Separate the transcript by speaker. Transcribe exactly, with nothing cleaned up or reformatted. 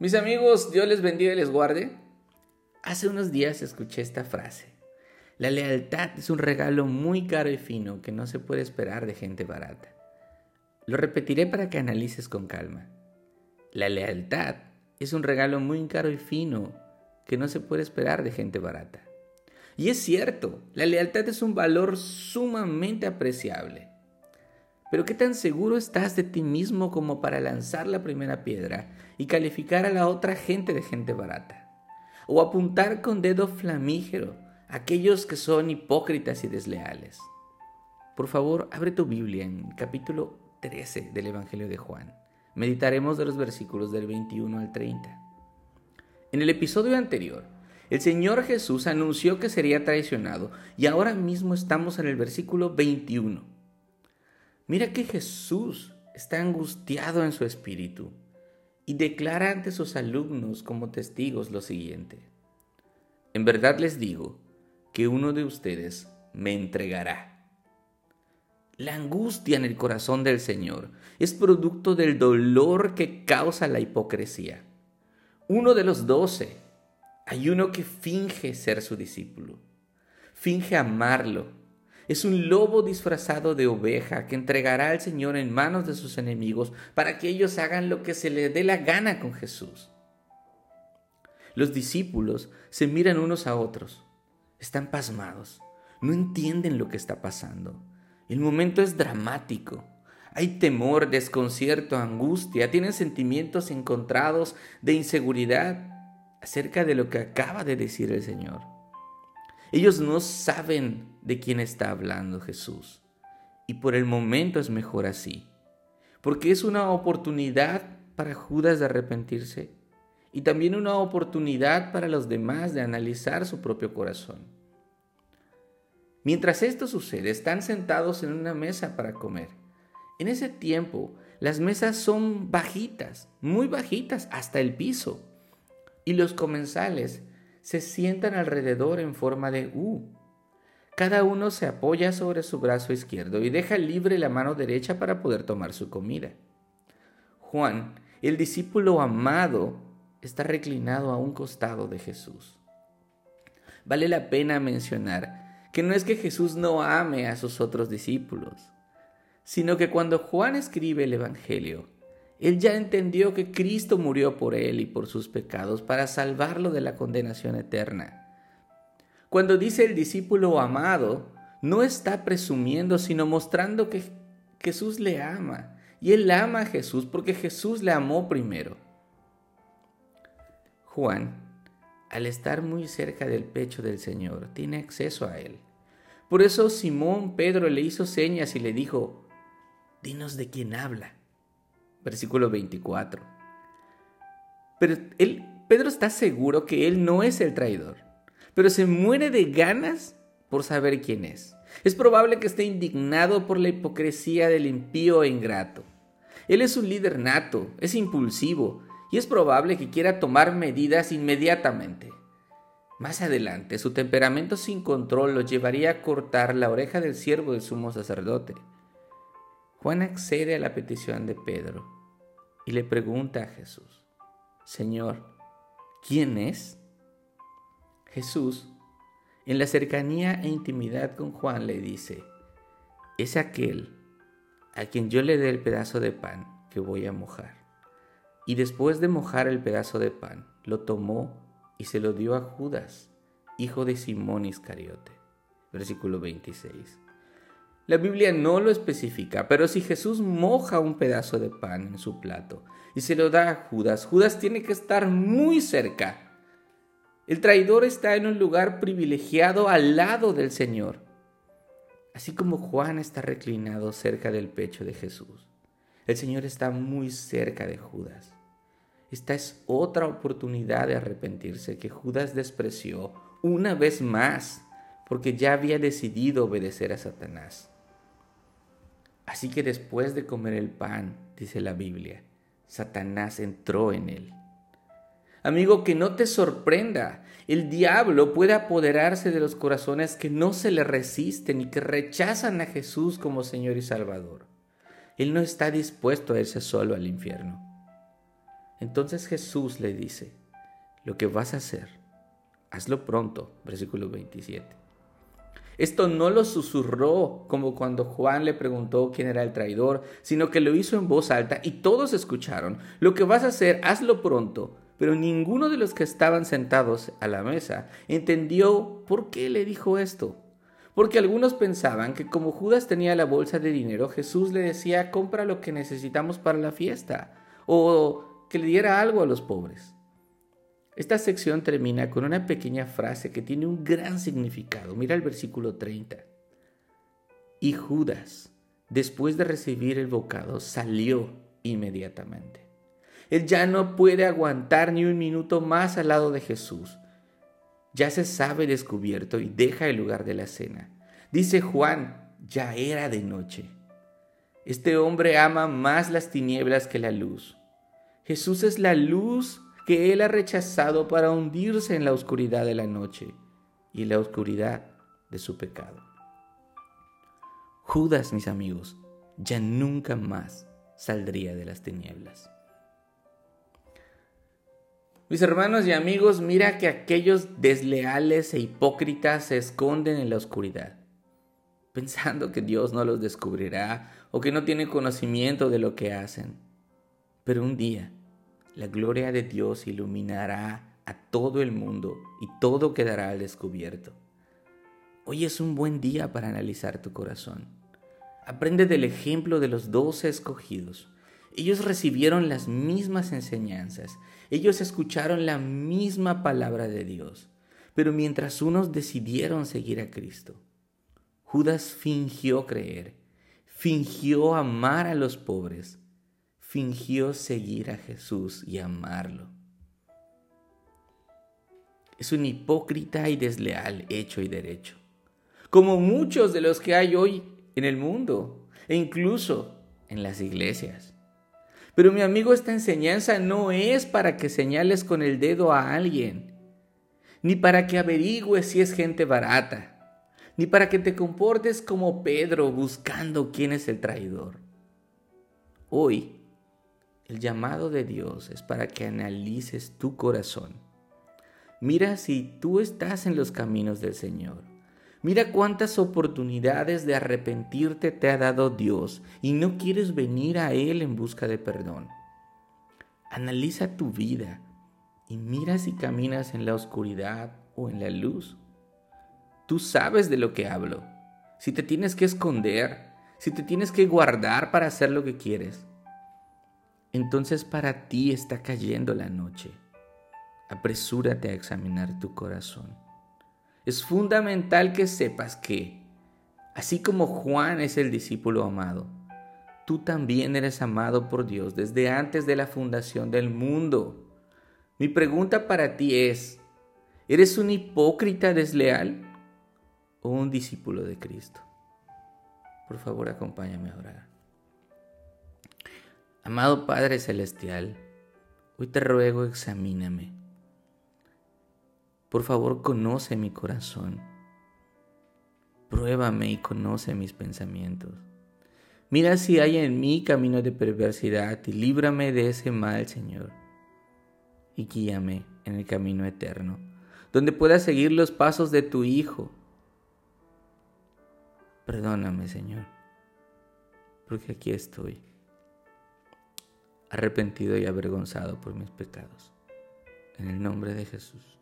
Speaker 1: Mis amigos, Dios les bendiga y les guarde. Hace unos días escuché esta frase. La lealtad es un regalo muy caro y fino que no se puede esperar de gente barata. Lo repetiré para que analices con calma. La lealtad es un regalo muy caro y fino que no se puede esperar de gente barata. Y es cierto, la lealtad es un valor sumamente apreciable. Pero ¿qué tan seguro estás de ti mismo como para lanzar la primera piedra y calificar a la otra gente de gente barata? O apuntar con dedo flamígero a aquellos que son hipócritas y desleales. Por favor, abre tu Biblia en capítulo trece del Evangelio de Juan. Meditaremos de los versículos del veintiuno al treinta. En el episodio anterior, el Señor Jesús anunció que sería traicionado y ahora mismo estamos en el versículo veintiuno. Mira que Jesús está angustiado en su espíritu y declara ante sus alumnos como testigos lo siguiente. En verdad les digo que uno de ustedes me entregará. La angustia en el corazón del Señor es producto del dolor que causa la hipocresía. Uno de los doce, hay uno que finge ser su discípulo, finge amarlo. Es un lobo disfrazado de oveja que entregará al Señor en manos de sus enemigos para que ellos hagan lo que se les dé la gana con Jesús. Los discípulos se miran unos a otros, están pasmados, no entienden lo que está pasando. El momento es dramático. Hay temor, desconcierto, angustia, tienen sentimientos encontrados de inseguridad acerca de lo que acaba de decir el Señor. Ellos no saben de quién está hablando Jesús. Y por el momento es mejor así. Porque es una oportunidad para Judas de arrepentirse y también una oportunidad para los demás de analizar su propio corazón. Mientras esto sucede, están sentados en una mesa para comer. En ese tiempo, las mesas son bajitas, muy bajitas, hasta el piso. Y los comensales se sientan alrededor en forma de U. Cada uno se apoya sobre su brazo izquierdo y deja libre la mano derecha para poder tomar su comida. Juan, el discípulo amado, está reclinado a un costado de Jesús. Vale la pena mencionar que no es que Jesús no ame a sus otros discípulos, sino que cuando Juan escribe el Evangelio, él ya entendió que Cristo murió por él y por sus pecados para salvarlo de la condenación eterna. Cuando dice el discípulo amado, no está presumiendo, sino mostrando que Jesús le ama. Y él ama a Jesús porque Jesús le amó primero. Juan, al estar muy cerca del pecho del Señor, tiene acceso a él. Por eso Simón Pedro le hizo señas y le dijo, «Dinos de quién habla». Versículo veinticuatro. Pero él, Pedro está seguro que él no es el traidor, pero se muere de ganas por saber quién es. Es probable que esté indignado por la hipocresía del impío e ingrato. Él es un líder nato, es impulsivo y es probable que quiera tomar medidas inmediatamente. Más adelante, su temperamento sin control lo llevaría a cortar la oreja del siervo del sumo sacerdote. Juan accede a la petición de Pedro y le pregunta a Jesús, «Señor, ¿quién es?» Jesús, en la cercanía e intimidad con Juan, le dice, «Es aquel a quien yo le dé el pedazo de pan que voy a mojar». Y después de mojar el pedazo de pan, lo tomó y se lo dio a Judas, hijo de Simón Iscariote. Versículo veintiséis. La Biblia no lo especifica, pero si Jesús moja un pedazo de pan en su plato y se lo da a Judas, Judas tiene que estar muy cerca. El traidor está en un lugar privilegiado al lado del Señor, así como Juan está reclinado cerca del pecho de Jesús. El Señor está muy cerca de Judas. Esta es otra oportunidad de arrepentirse que Judas despreció una vez más porque ya había decidido obedecer a Satanás. Así que después de comer el pan, dice la Biblia, Satanás entró en él. Amigo, que no te sorprenda, el diablo puede apoderarse de los corazones que no se le resisten y que rechazan a Jesús como Señor y Salvador. Él no está dispuesto a irse solo al infierno. Entonces Jesús le dice, lo que vas a hacer, hazlo pronto, versículo veintisiete. Esto no lo susurró como cuando Juan le preguntó quién era el traidor, sino que lo hizo en voz alta y todos escucharon. Lo que vas a hacer, hazlo pronto. Pero ninguno de los que estaban sentados a la mesa entendió por qué le dijo esto. Porque algunos pensaban que como Judas tenía la bolsa de dinero, Jesús le decía, compra lo que necesitamos para la fiesta, o que le diera algo a los pobres. Esta sección termina con una pequeña frase que tiene un gran significado. Mira el versículo treinta. Y Judas, después de recibir el bocado, salió inmediatamente. Él ya no puede aguantar ni un minuto más al lado de Jesús. Ya se sabe descubierto y deja el lugar de la cena. Dice Juan, ya era de noche. Este hombre ama más las tinieblas que la luz. Jesús es la luz que él ha rechazado para hundirse en la oscuridad de la noche y en la oscuridad de su pecado. Judas, mis amigos, ya nunca más saldría de las tinieblas. Mis hermanos y amigos, mira que aquellos desleales e hipócritas se esconden en la oscuridad, pensando que Dios no los descubrirá o que no tiene conocimiento de lo que hacen. Pero un día, la gloria de Dios iluminará a todo el mundo y todo quedará al descubierto. Hoy es un buen día para analizar tu corazón. Aprende del ejemplo de los doce escogidos. Ellos recibieron las mismas enseñanzas. Ellos escucharon la misma palabra de Dios. Pero mientras unos decidieron seguir a Cristo, Judas fingió creer, fingió amar a los pobres, fingió seguir a Jesús y amarlo. Es un hipócrita y desleal hecho y derecho, como muchos de los que hay hoy en el mundo e incluso en las iglesias. Pero mi amigo, esta enseñanza no es para que señales con el dedo a alguien, ni para que averigües si es gente barata, ni para que te comportes como Pedro buscando quién es el traidor. Hoy, el llamado de Dios es para que analices tu corazón. Mira si tú estás en los caminos del Señor. Mira cuántas oportunidades de arrepentirte te ha dado Dios y no quieres venir a Él en busca de perdón. Analiza tu vida y mira si caminas en la oscuridad o en la luz. Tú sabes de lo que hablo. Si te tienes que esconder, si te tienes que guardar para hacer lo que quieres, entonces para ti está cayendo la noche. Apresúrate a examinar tu corazón. Es fundamental que sepas que, así como Juan es el discípulo amado, tú también eres amado por Dios desde antes de la fundación del mundo. Mi pregunta para ti es, ¿eres un hipócrita desleal o un discípulo de Cristo? Por favor, acompáñame a orar. Amado Padre Celestial, hoy te ruego, examíname. Por favor, conoce mi corazón. Pruébame y conoce mis pensamientos. Mira si hay en mí camino de perversidad y líbrame de ese mal, Señor. Y guíame en el camino eterno, donde pueda seguir los pasos de tu Hijo. Perdóname, Señor, porque aquí estoy, arrepentido y avergonzado por mis pecados. En el nombre de Jesús.